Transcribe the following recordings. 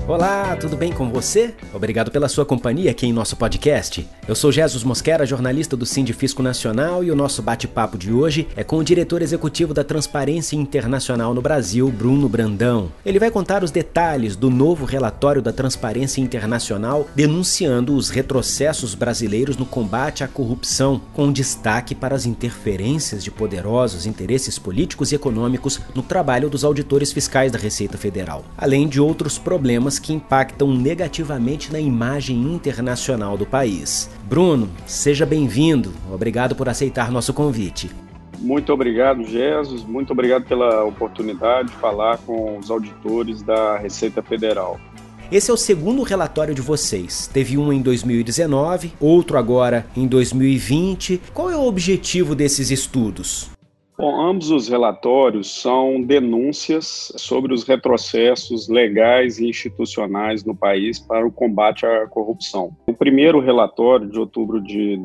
Olá, tudo bem com você? Obrigado pela sua companhia aqui em nosso podcast. Eu sou Jesus Mosquera, jornalista do Sindifisco Nacional, e o nosso bate-papo de hoje é com o diretor executivo da Transparência Internacional no Brasil, Bruno Brandão. Ele vai contar os detalhes do novo relatório da Transparência Internacional denunciando os retrocessos brasileiros no combate à corrupção, com destaque para as interferências de poderosos interesses políticos e econômicos no trabalho dos auditores fiscais da Receita Federal, além de outros problemas que impactam negativamente na imagem internacional do país. Bruno, seja bem-vindo. Obrigado por aceitar nosso convite. Muito obrigado, Jesus. Muito obrigado pela oportunidade de falar com os auditores da Receita Federal. Esse é o segundo relatório de vocês. Teve um em 2019, outro agora em 2020. Qual é o objetivo desses estudos? Bom, ambos os relatórios são denúncias sobre os retrocessos legais e institucionais no país para o combate à corrupção. O primeiro relatório, de outubro de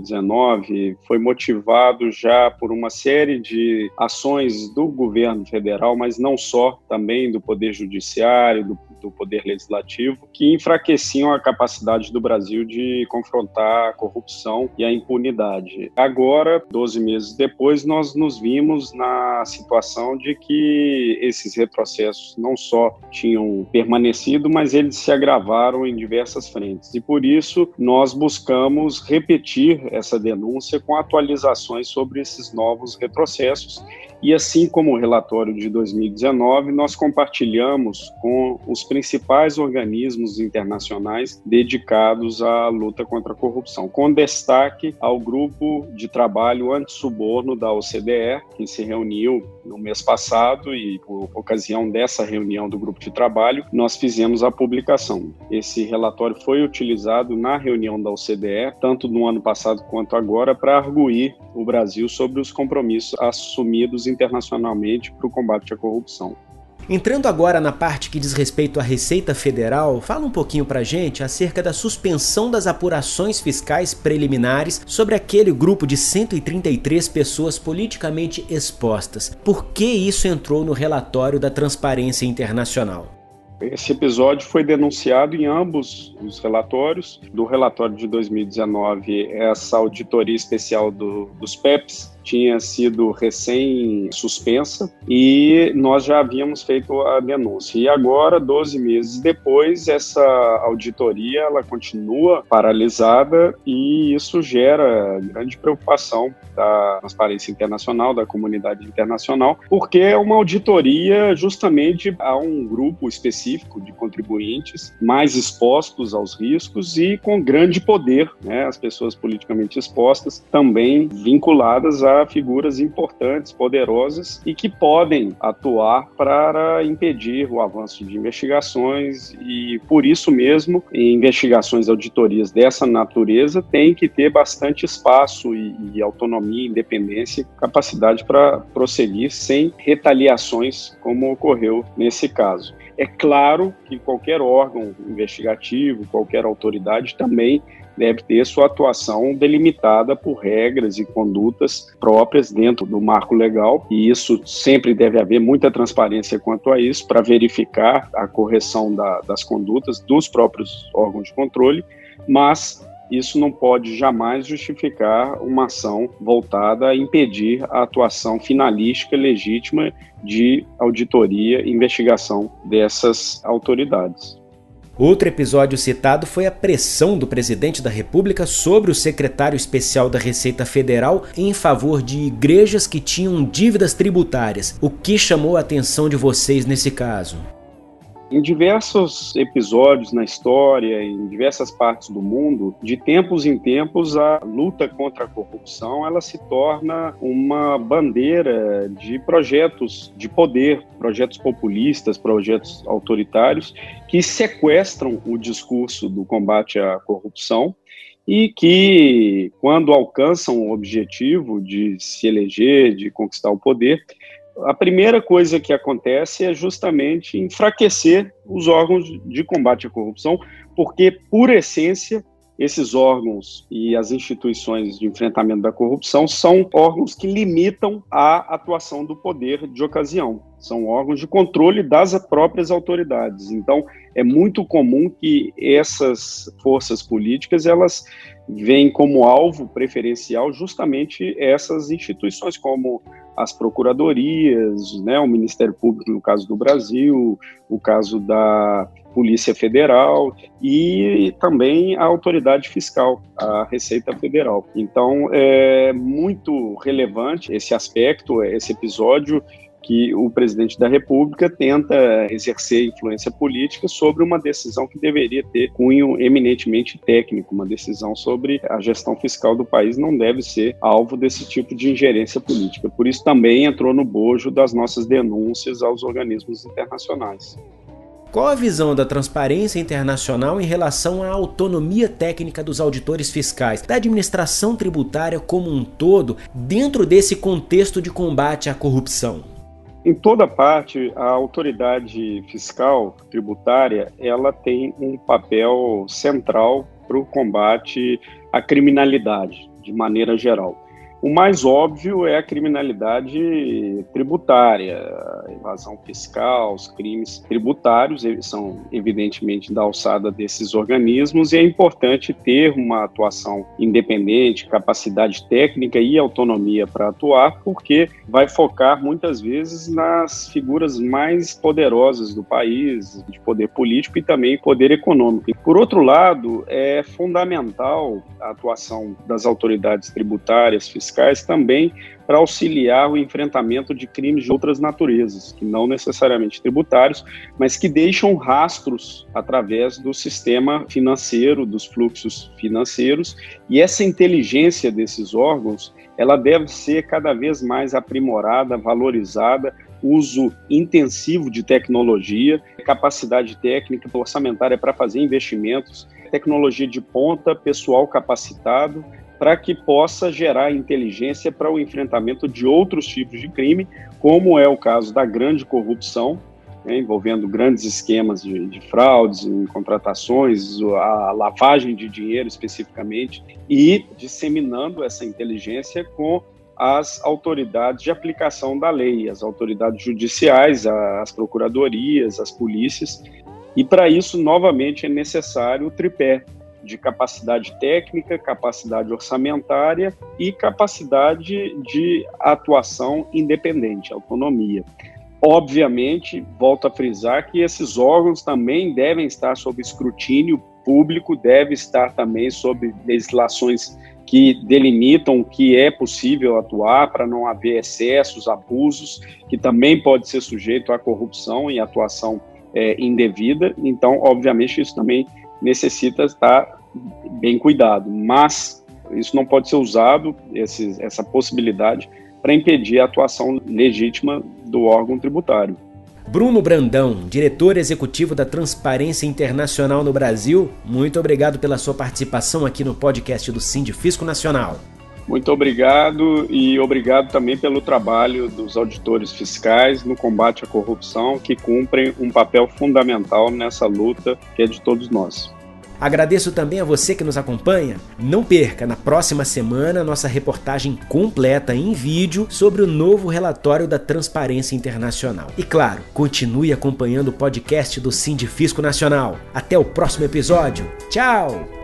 2019, foi motivado já por uma série de ações do governo federal, mas não só, também do Poder Judiciário, do Poder Legislativo, que enfraqueciam a capacidade do Brasil de confrontar a corrupção e a impunidade. Agora, 12 meses depois, nós nos vimos na situação de que esses retrocessos não só tinham permanecido, mas eles se agravaram em diversas frentes. E por isso, nós buscamos repetir essa denúncia com atualizações sobre esses novos retrocessos. E assim como o relatório de 2019, nós compartilhamos com os principais organismos internacionais dedicados à luta contra a corrupção, com destaque ao grupo de trabalho anti-suborno da OCDE, que se reuniu no mês passado, e por ocasião dessa reunião do grupo de trabalho, nós fizemos a publicação. Esse relatório foi utilizado na reunião da OCDE, tanto no ano passado quanto agora, para arguir o Brasil sobre os compromissos assumidos internacionalmente para o combate à corrupção. Entrando agora na parte que diz respeito à Receita Federal, fala um pouquinho pra gente acerca da suspensão das apurações fiscais preliminares sobre aquele grupo de 133 pessoas politicamente expostas. Por que isso entrou no relatório da Transparência Internacional? Esse episódio foi denunciado em ambos os relatórios. Do relatório de 2019, essa auditoria especial dos PEPs tinha sido recém-suspensa e nós já havíamos feito a denúncia. E agora, 12 meses depois, essa auditoria ela continua paralisada e isso gera grande preocupação da Transparência Internacional, da comunidade internacional, porque é uma auditoria justamente a um grupo específico de contribuintes mais expostos aos riscos e com grande poder, né? As pessoas politicamente expostas também vinculadas a figuras importantes, poderosas e que podem atuar para impedir o avanço de investigações e, por isso mesmo, investigações, auditorias dessa natureza têm que ter bastante espaço e autonomia, independência e capacidade para prosseguir sem retaliações como ocorreu nesse caso. É claro que qualquer órgão investigativo, qualquer autoridade também deve ter sua atuação delimitada por regras e condutas próprias dentro do marco legal, e isso sempre deve haver muita transparência quanto a isso para verificar a correção das condutas dos próprios órgãos de controle, mas isso não pode jamais justificar uma ação voltada a impedir a atuação finalística legítima de auditoria e investigação dessas autoridades. Outro episódio citado foi a pressão do presidente da República sobre o secretário especial da Receita Federal em favor de igrejas que tinham dívidas tributárias. O que chamou a atenção de vocês nesse caso? Em diversos episódios na história, em diversas partes do mundo, de tempos em tempos, a luta contra a corrupção ela se torna uma bandeira de projetos de poder, projetos populistas, projetos autoritários, que sequestram o discurso do combate à corrupção e que, quando alcançam o objetivo de se eleger, de conquistar o poder, a primeira coisa que acontece é justamente enfraquecer os órgãos de combate à corrupção, porque, por essência, esses órgãos e as instituições de enfrentamento da corrupção são órgãos que limitam a atuação do poder de ocasião. são órgãos de controle das próprias autoridades. Então, é muito comum que essas forças políticas, elas veem como alvo preferencial justamente essas instituições, como as procuradorias, né, o Ministério Público, no caso do Brasil, o caso da Polícia Federal e também a autoridade fiscal, a Receita Federal. Então, é muito relevante esse aspecto, esse episódio, que o presidente da República tenta exercer influência política sobre uma decisão que deveria ter cunho eminentemente técnico. Uma decisão sobre a gestão fiscal do país não deve ser alvo desse tipo de ingerência política. Por isso também entrou no bojo das nossas denúncias aos organismos internacionais. Qual a visão da Transparência Internacional em relação à autonomia técnica dos auditores fiscais, da administração tributária como um todo, dentro desse contexto de combate à corrupção? Em toda parte, a autoridade fiscal tributária, ela tem um papel central para o combate à criminalidade, de maneira geral. O mais óbvio é a criminalidade tributária, a evasão fiscal, os crimes tributários, eles são evidentemente da alçada desses organismos e é importante ter uma atuação independente, capacidade técnica e autonomia para atuar, porque vai focar muitas vezes nas figuras mais poderosas do país, de poder político e também poder econômico. E, por outro lado, é fundamental a atuação das autoridades tributárias, fiscais, também para auxiliar o enfrentamento de crimes de outras naturezas, que não necessariamente tributários, mas que deixam rastros através do sistema financeiro, dos fluxos financeiros, e essa inteligência desses órgãos, ela deve ser cada vez mais aprimorada, valorizada, uso intensivo de tecnologia, capacidade técnica orçamentária para fazer investimentos, tecnologia de ponta, pessoal capacitado, para que possa gerar inteligência para o enfrentamento de outros tipos de crime, como é o caso da grande corrupção, né, envolvendo grandes esquemas de fraudes em contratações, a lavagem de dinheiro especificamente, e disseminando essa inteligência com as autoridades de aplicação da lei, as autoridades judiciais, as procuradorias, as polícias, e para isso, novamente, é necessário o tripé de capacidade técnica, capacidade orçamentária e capacidade de atuação independente, autonomia. Obviamente, volto a frisar que esses órgãos também devem estar sob escrutínio público, devem estar também sob legislações que delimitam o que é possível atuar para não haver excessos, abusos, que também pode ser sujeito à corrupção e atuação indevida. Então, obviamente, isso também necessita estar bem cuidado, mas isso não pode ser usado, essa possibilidade, para impedir a atuação legítima do órgão tributário. Bruno Brandão, diretor executivo da Transparência Internacional no Brasil, muito obrigado pela sua participação aqui no podcast do Sindifisco Nacional. Muito obrigado e obrigado também pelo trabalho dos auditores fiscais no combate à corrupção, que cumprem um papel fundamental nessa luta que é de todos nós. Agradeço também a você que nos acompanha. Não perca, na próxima semana, nossa reportagem completa em vídeo sobre o novo relatório da Transparência Internacional. E claro, continue acompanhando o podcast do Sindifisco Nacional. Até o próximo episódio. Tchau!